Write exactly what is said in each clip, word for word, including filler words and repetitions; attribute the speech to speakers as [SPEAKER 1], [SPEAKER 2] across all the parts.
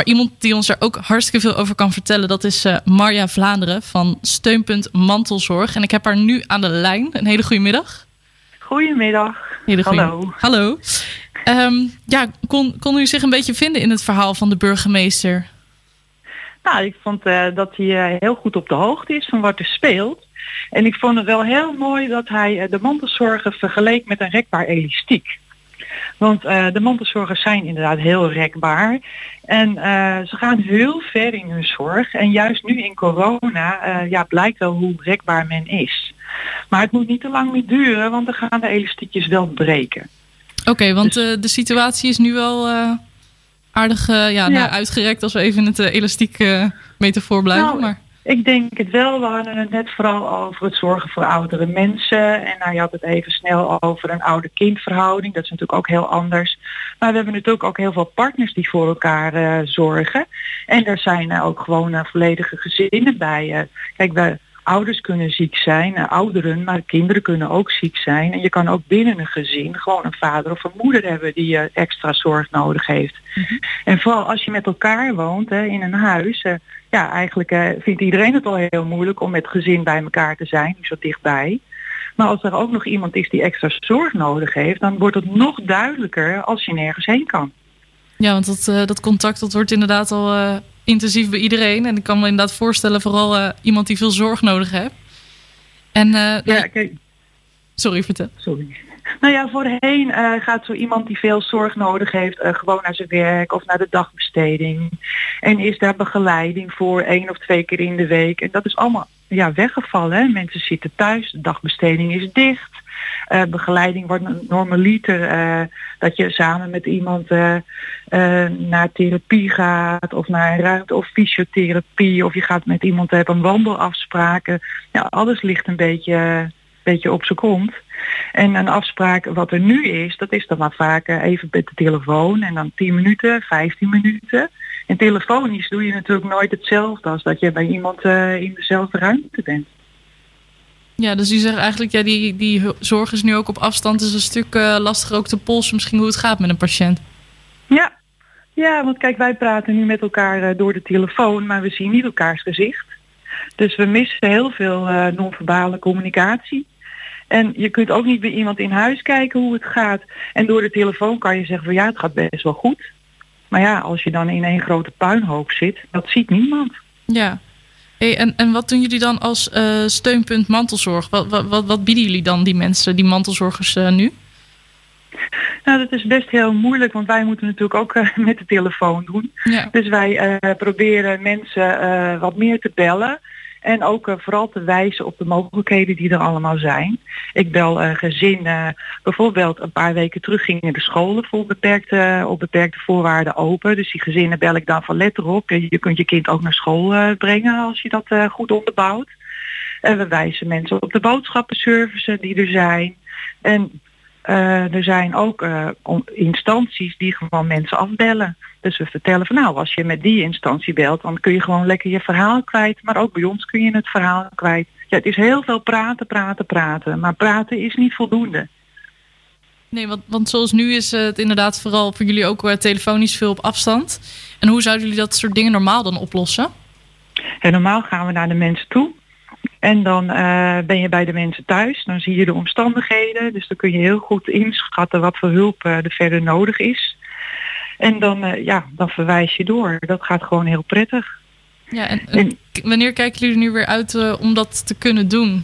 [SPEAKER 1] Maar iemand die ons er ook hartstikke veel over kan vertellen, dat is uh, Marja Vlaanderen van Steunpunt Mantelzorg. En ik heb haar nu aan de lijn. Een hele goede middag.
[SPEAKER 2] Goedemiddag.
[SPEAKER 1] Hele goeie...
[SPEAKER 2] Hallo.
[SPEAKER 1] Hallo. Um, ja, kon, kon u zich een beetje vinden in het verhaal van de burgemeester?
[SPEAKER 2] Nou, ik vond uh, dat hij uh, heel goed op de hoogte is van wat er speelt. En ik vond het wel heel mooi dat hij uh, de mantelzorger vergeleek met een rekbaar elastiek. Want uh, de mantelzorgers zijn inderdaad heel rekbaar. En uh, ze gaan heel ver in hun zorg. En juist nu in corona uh, ja, blijkt wel hoe rekbaar men is. Maar het moet niet te lang meer duren, want dan gaan de elastiekjes wel breken.
[SPEAKER 1] Oké, okay, want dus... uh, de situatie is nu wel uh, aardig uh, ja, ja. Nou, uitgerekt als we even in het uh, elastiek uh, metafoor blijven.
[SPEAKER 2] Nou,
[SPEAKER 1] maar...
[SPEAKER 2] Ik denk het wel. We hadden het net vooral over het zorgen voor oudere mensen. En nou, je had het even snel over een ouder-kindverhouding. Dat is natuurlijk ook heel anders. Maar we hebben natuurlijk ook heel veel partners die voor elkaar uh, zorgen. En er zijn uh, ook gewoon uh, volledige gezinnen bij. Uh, kijk, we, ouders kunnen ziek zijn, uh, ouderen, maar kinderen kunnen ook ziek zijn. En je kan ook binnen een gezin gewoon een vader of een moeder hebben die uh, extra zorg nodig heeft. Mm-hmm. En vooral als je met elkaar woont hè, in een huis... Uh, Ja, eigenlijk uh, vindt iedereen het al heel moeilijk om met gezin bij elkaar te zijn, zo dichtbij. Maar als er ook nog iemand is die extra zorg nodig heeft, dan wordt het nog duidelijker als je nergens heen kan.
[SPEAKER 1] Ja, want dat, uh, dat contact dat wordt inderdaad al uh, intensief bij iedereen. En ik kan me inderdaad voorstellen, vooral uh, iemand die veel zorg nodig heeft. En, uh,
[SPEAKER 2] ja,
[SPEAKER 1] nee...
[SPEAKER 2] kijk.
[SPEAKER 1] Sorry, vertel.
[SPEAKER 2] Sorry. Nou ja, voorheen uh, gaat zo iemand die veel zorg nodig heeft uh, gewoon naar zijn werk of naar de dagbesteding. En is daar begeleiding voor één of twee keer in de week. En dat is allemaal ja, weggevallen. Hè? Mensen zitten thuis, de dagbesteding is dicht. Uh, begeleiding wordt normaliter uh, dat je samen met iemand uh, uh, naar therapie gaat of naar een ruimte of fysiotherapie. Of je gaat met iemand hebben een wandelafspraken. Ja, alles ligt een beetje... Uh, beetje op z'n kont. En een afspraak wat er nu is, dat is dan maar vaak even met de telefoon en dan tien minuten, vijftien minuten. En telefonisch doe je natuurlijk nooit hetzelfde als dat je bij iemand uh, in dezelfde ruimte bent.
[SPEAKER 1] Ja, dus u zegt eigenlijk, ja, die, die zorg is nu ook op afstand, is een stuk uh, lastiger ook te polsen misschien hoe het gaat met een patiënt.
[SPEAKER 2] Ja, ja, want kijk, wij praten nu met elkaar uh, door de telefoon, maar we zien niet elkaars gezicht. Dus we missen heel veel uh, non-verbale communicatie. En je kunt ook niet bij iemand in huis kijken hoe het gaat. En door de telefoon kan je zeggen van ja, het gaat best wel goed. Maar ja, als je dan in één grote puinhoop zit, dat ziet niemand.
[SPEAKER 1] Ja. Hey, en, en wat doen jullie dan als uh, steunpunt mantelzorg? Wat, wat, wat, wat bieden jullie dan die mensen, die mantelzorgers uh, nu?
[SPEAKER 2] Nou, dat is best heel moeilijk, want wij moeten natuurlijk ook uh, met de telefoon doen. Ja. Dus wij uh, proberen mensen uh, wat meer te bellen. En ook uh, vooral te wijzen op de mogelijkheden die er allemaal zijn. Ik bel uh, gezinnen. Bijvoorbeeld een paar weken terug gingen de scholen voor beperkte, op beperkte voorwaarden open. Dus die gezinnen bel ik dan van let erop. Je kunt je kind ook naar school uh, brengen als je dat uh, goed onderbouwt. En we wijzen mensen op de boodschappenservices die er zijn. En uh, er zijn ook uh, instanties die gewoon mensen afbellen. Dus we vertellen van nou, als je met die instantie belt, dan kun je gewoon lekker je verhaal kwijt. Maar ook bij ons kun je het verhaal kwijt. Ja, het is heel veel praten, praten, praten. Maar praten is niet voldoende.
[SPEAKER 1] Nee, want, want zoals nu is het inderdaad vooral voor jullie ook telefonisch veel op afstand. En hoe zouden jullie dat soort dingen normaal dan oplossen?
[SPEAKER 2] En normaal gaan we naar de mensen toe. En dan uh, ben je bij de mensen thuis. Dan zie je de omstandigheden. Dus dan kun je heel goed inschatten wat voor hulp uh, er verder nodig is. En dan, uh, ja, dan verwijs je door. Dat gaat gewoon heel prettig.
[SPEAKER 1] Ja, en, en wanneer kijken jullie er nu weer uit uh, om dat te kunnen doen?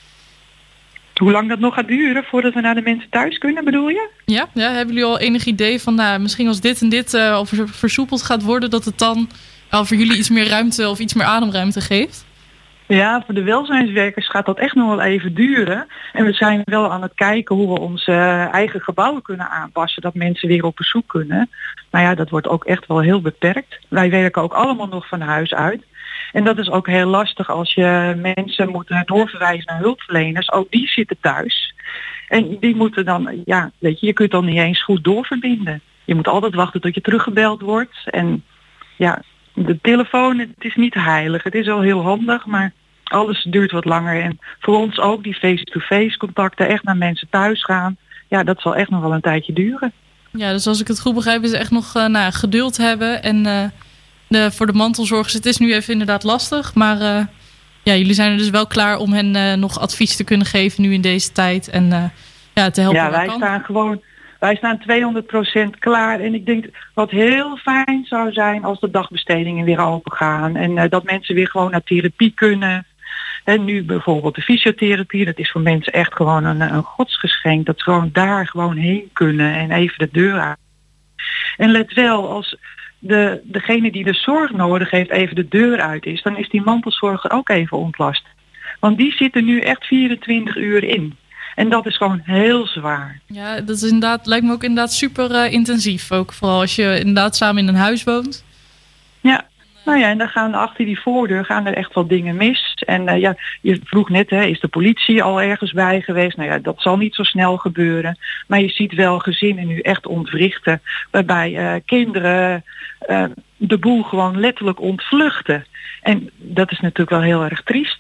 [SPEAKER 2] Hoe lang dat nog gaat duren voordat we naar de mensen thuis kunnen, bedoel je?
[SPEAKER 1] Ja, ja, hebben jullie al enig idee van nou, misschien als dit en dit uh, al versoepeld gaat worden, dat het dan al voor jullie iets meer ruimte of iets meer ademruimte geeft?
[SPEAKER 2] Ja, voor de welzijnswerkers gaat dat echt nog wel even duren. En we zijn wel aan het kijken hoe we onze eigen gebouwen kunnen aanpassen. Dat mensen weer op bezoek kunnen. Maar ja, dat wordt ook echt wel heel beperkt. Wij werken ook allemaal nog van huis uit. En dat is ook heel lastig als je mensen moet doorverwijzen naar hulpverleners. Ook die zitten thuis. En die moeten dan, ja, weet je, je kunt dan niet eens goed doorverbinden. Je moet altijd wachten tot je teruggebeld wordt. En ja, de telefoon, het is niet heilig. Het is wel heel handig, maar alles duurt wat langer. En voor ons ook die face-to-face contacten, echt naar mensen thuis gaan. Ja, dat zal echt nog wel een tijdje duren.
[SPEAKER 1] Ja, dus als ik het goed begrijp is echt nog uh, nou, geduld hebben. En uh, de, voor de mantelzorgers, het is nu even inderdaad lastig. Maar uh, ja, jullie zijn er dus wel klaar om hen uh, nog advies te kunnen geven nu in deze tijd. En uh, ja, te helpen.
[SPEAKER 2] Ja, wij
[SPEAKER 1] kan.
[SPEAKER 2] staan gewoon... Wij staan tweehonderd procent klaar en ik denk wat heel fijn zou zijn als de dagbestedingen weer open gaan. En uh, dat mensen weer gewoon naar therapie kunnen. En nu bijvoorbeeld de fysiotherapie, dat is voor mensen echt gewoon een, een godsgeschenk. Dat ze gewoon daar gewoon heen kunnen en even de deur uit. En let wel, als de, degene die de zorg nodig heeft even de deur uit is, dan is die mantelzorger ook even ontlast. Want die zitten nu echt vierentwintig uur in. En dat is gewoon heel zwaar.
[SPEAKER 1] Ja, dat is inderdaad, lijkt me ook inderdaad super uh, intensief. Ook vooral als je inderdaad samen in een huis woont.
[SPEAKER 2] Ja, nou ja, en dan gaan achter die voordeur gaan er echt wel dingen mis. En uh, ja, je vroeg net, hè, is de politie al ergens bij geweest? Nou ja, dat zal niet zo snel gebeuren. Maar je ziet wel gezinnen nu echt ontwrichten. Waarbij uh, kinderen uh, de boel gewoon letterlijk ontvluchten. En dat is natuurlijk wel heel erg triest.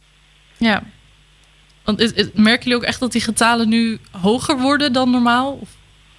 [SPEAKER 1] Ja. Want is, is, merken jullie ook echt dat die getallen nu hoger worden dan normaal? Of?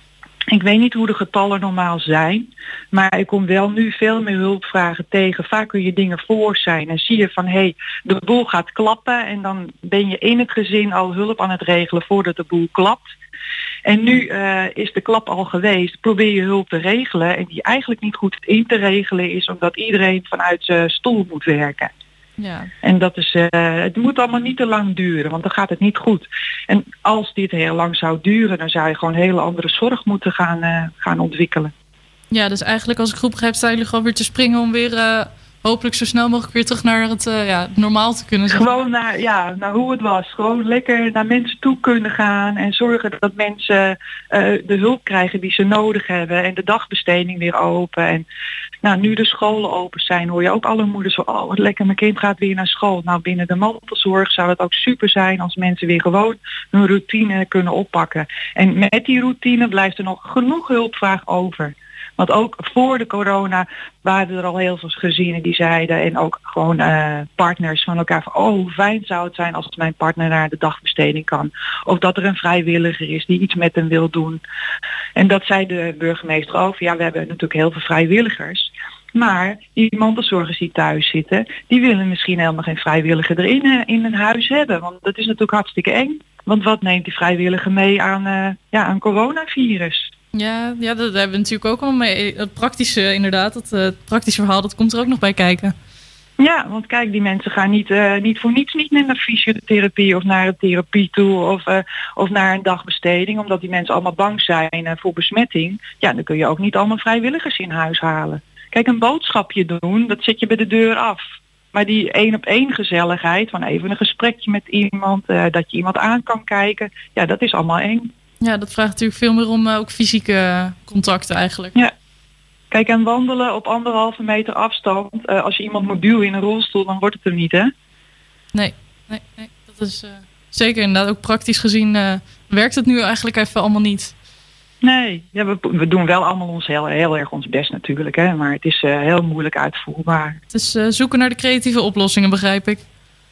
[SPEAKER 2] Ik weet niet hoe de getallen normaal zijn. Maar ik kom wel nu veel meer hulpvragen tegen. Vaak kun je dingen voor zijn. En zie je van, hé, hey, de boel gaat klappen. En dan ben je in het gezin al hulp aan het regelen voordat de boel klapt. En nu uh, is de klap al geweest. Probeer je hulp te regelen. En die eigenlijk niet goed in te regelen is omdat iedereen vanuit zijn stoel moet werken. Ja. En dat is, uh, het moet allemaal niet te lang duren, want dan gaat het niet goed. En als dit heel lang zou duren, dan zou je gewoon hele andere zorg moeten gaan, uh, gaan ontwikkelen.
[SPEAKER 1] Ja, dus eigenlijk als ik goed begrijp, staan jullie gewoon weer te springen om weer uh, hopelijk zo snel mogelijk weer terug naar het uh, ja, normaal te kunnen zijn.
[SPEAKER 2] Gewoon naar, ja, naar hoe het was. Gewoon lekker naar mensen toe kunnen gaan en zorgen dat mensen uh, de hulp krijgen die ze nodig hebben en de dagbesteding weer open. En nou, nu de scholen open zijn, hoor je ook alle moeders zo, oh wat lekker, mijn kind gaat weer naar school. Nou, binnen de mantelzorg zou het ook super zijn als mensen weer gewoon hun routine kunnen oppakken. En met die routine blijft er nog genoeg hulpvraag over. Want ook voor de corona waren er al heel veel gezinnen die zeiden en ook gewoon uh, partners van elkaar van, oh hoe fijn zou het zijn als mijn partner naar de dagbesteding kan. Of dat er een vrijwilliger is die iets met hem wil doen. En dat zei de burgemeester ook. Ja, we hebben natuurlijk heel veel vrijwilligers. Maar die mantelzorgers die thuis zitten, die willen misschien helemaal geen vrijwilliger erin uh, in een huis hebben. Want dat is natuurlijk hartstikke eng. Want wat neemt die vrijwilliger mee aan, uh, ja, aan coronavirus?
[SPEAKER 1] Ja, ja, dat hebben we natuurlijk ook al mee. Het praktische, inderdaad, het, het praktische verhaal, dat komt er ook nog bij kijken.
[SPEAKER 2] Ja, want kijk, die mensen gaan niet, uh, niet voor niets niet naar de fysiotherapie of naar een therapie toe of, uh, of naar een dagbesteding, omdat die mensen allemaal bang zijn uh, voor besmetting. Ja, dan kun je ook niet allemaal vrijwilligers in huis halen. Kijk, een boodschapje doen, dat zet je bij de deur af. Maar die één op één gezelligheid, van even een gesprekje met iemand, uh, dat je iemand aan kan kijken, ja, dat is allemaal eng.
[SPEAKER 1] Ja, dat vraagt natuurlijk veel meer om uh, ook fysieke contacten eigenlijk.
[SPEAKER 2] Ja. Kijk, en wandelen op anderhalve meter afstand, uh, als je iemand moet duwen in een rolstoel, dan wordt het er niet, hè?
[SPEAKER 1] Nee, nee, nee. Dat is uh, zeker inderdaad ook praktisch gezien uh, werkt het nu eigenlijk even allemaal niet.
[SPEAKER 2] Nee, ja, we, we doen wel allemaal ons heel, heel erg ons best natuurlijk, hè? Maar het is uh, heel moeilijk uitvoerbaar.
[SPEAKER 1] Het is uh, zoeken naar de creatieve oplossingen, begrijp ik.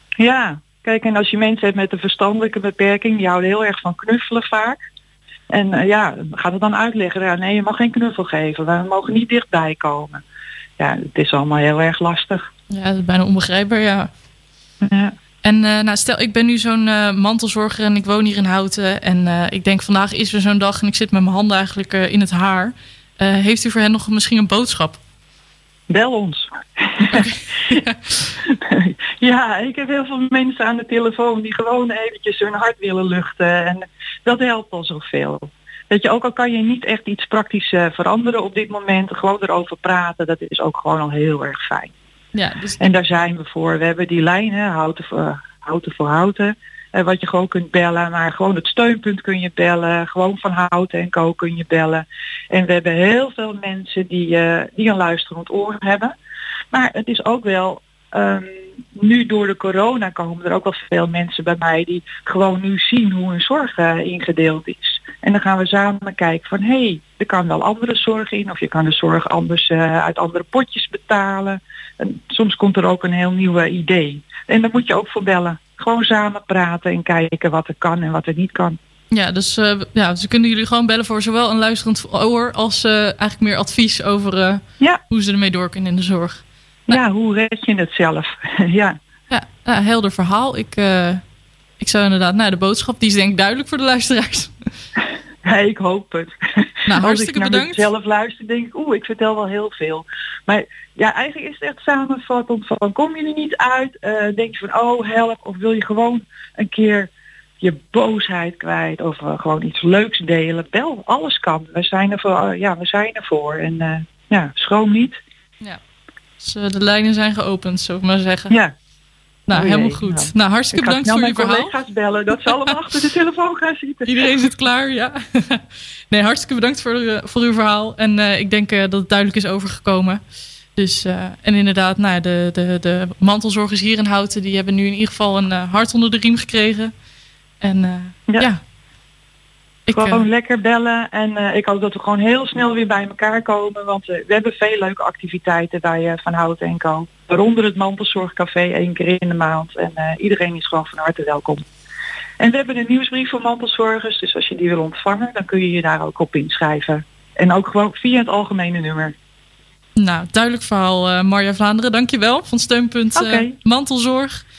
[SPEAKER 2] Ja, kijk, en als je mensen hebt met een verstandelijke beperking, die houden heel erg van knuffelen vaak. En uh, ja, gaat het dan uitleggen, ja, nee, je mag geen knuffel geven, we mogen niet dichtbij komen. Ja, het is allemaal heel erg lastig.
[SPEAKER 1] Ja, dat is bijna onbegrijpbaar, ja.
[SPEAKER 2] Ja.
[SPEAKER 1] En uh, nou, stel, ik ben nu zo'n uh, mantelzorger en ik woon hier in Houten. En uh, ik denk, vandaag is er zo'n dag en ik zit met mijn handen eigenlijk uh, in het haar. Uh, heeft u voor hen nog misschien een boodschap?
[SPEAKER 2] Bel ons. Okay. Ja, ik heb heel veel mensen aan de telefoon die gewoon eventjes hun hart willen luchten. En dat helpt al zoveel. Dat je ook al kan je niet echt iets praktisch uh, veranderen op dit moment. Gewoon erover praten, dat is ook gewoon al heel erg fijn. Ja, dus... En daar zijn we voor. We hebben die lijnen, houten voor houten, voor houten uh, wat je gewoon kunt bellen. Maar gewoon het steunpunt kun je bellen. Gewoon van Houten en Co kun je bellen. En we hebben heel veel mensen die, uh, die een luisterend oor hebben. Maar het is ook wel, um, nu door de corona komen er ook wel veel mensen bij mij die gewoon nu zien hoe hun zorg uh, ingedeeld is. En dan gaan we samen kijken van, hé, hey, er kan wel andere zorg in. Of je kan de zorg anders uh, uit andere potjes betalen. En soms komt er ook een heel nieuw idee. En daar moet je ook voor bellen. Gewoon samen praten en kijken wat er kan en wat er niet kan.
[SPEAKER 1] Ja, dus uh, ja, ze kunnen jullie gewoon bellen voor zowel een luisterend oor als uh, eigenlijk meer advies over uh, ja. hoe ze ermee door kunnen in de zorg.
[SPEAKER 2] Nou, ja, hoe red je het zelf? ja.
[SPEAKER 1] Ja, ja, helder verhaal. Ik, uh, ik zou inderdaad, nou, de boodschap die is denk ik duidelijk voor de luisteraars.
[SPEAKER 2] Ja, ik hoop het.
[SPEAKER 1] Nou,
[SPEAKER 2] Als ik naar
[SPEAKER 1] bedankt.
[SPEAKER 2] mezelf luister, denk ik, oeh, ik vertel wel heel veel. Maar ja, eigenlijk is het echt samenvattend van, kom je er niet uit? Uh, denk je van, oh, help. Of wil je gewoon een keer je boosheid kwijt. Of uh, gewoon iets leuks delen. Bel, alles kan. We zijn er voor. Uh, ja, we zijn er voor. En uh, ja, schroom niet.
[SPEAKER 1] Ja, dus uh, de lijnen zijn geopend, zou ik maar zeggen.
[SPEAKER 2] Ja.
[SPEAKER 1] Nou,
[SPEAKER 2] oh
[SPEAKER 1] helemaal goed. Nou, nou hartstikke bedankt voor je verhaal.
[SPEAKER 2] Ik ga mijn collega's bellen, dat ze allemaal achter de telefoon gaan zitten.
[SPEAKER 1] Iedereen zit klaar, ja. Nee, hartstikke bedankt voor, uh, voor uw verhaal. En uh, ik denk uh, dat het duidelijk is overgekomen. Dus, uh, en inderdaad, nou, de, de, de mantelzorgers hier in Houten, die hebben nu in ieder geval een uh, hart onder de riem gekregen. En uh, ja. ja.
[SPEAKER 2] Ik, gewoon uh, lekker bellen. En uh, ik hoop dat we gewoon heel snel weer bij elkaar komen. Want uh, we hebben veel leuke activiteiten bij uh, Van Houten en Co. Waaronder het mantelzorgcafé één keer in de maand. En uh, iedereen is gewoon van harte welkom. En we hebben een nieuwsbrief voor mantelzorgers. Dus als je die wil ontvangen, dan kun je je daar ook op inschrijven. En ook gewoon via het algemene nummer.
[SPEAKER 1] Nou, duidelijk verhaal, uh, Marja Vlaanderen. Dankjewel van Steunpunt uh, okay. Mantelzorg.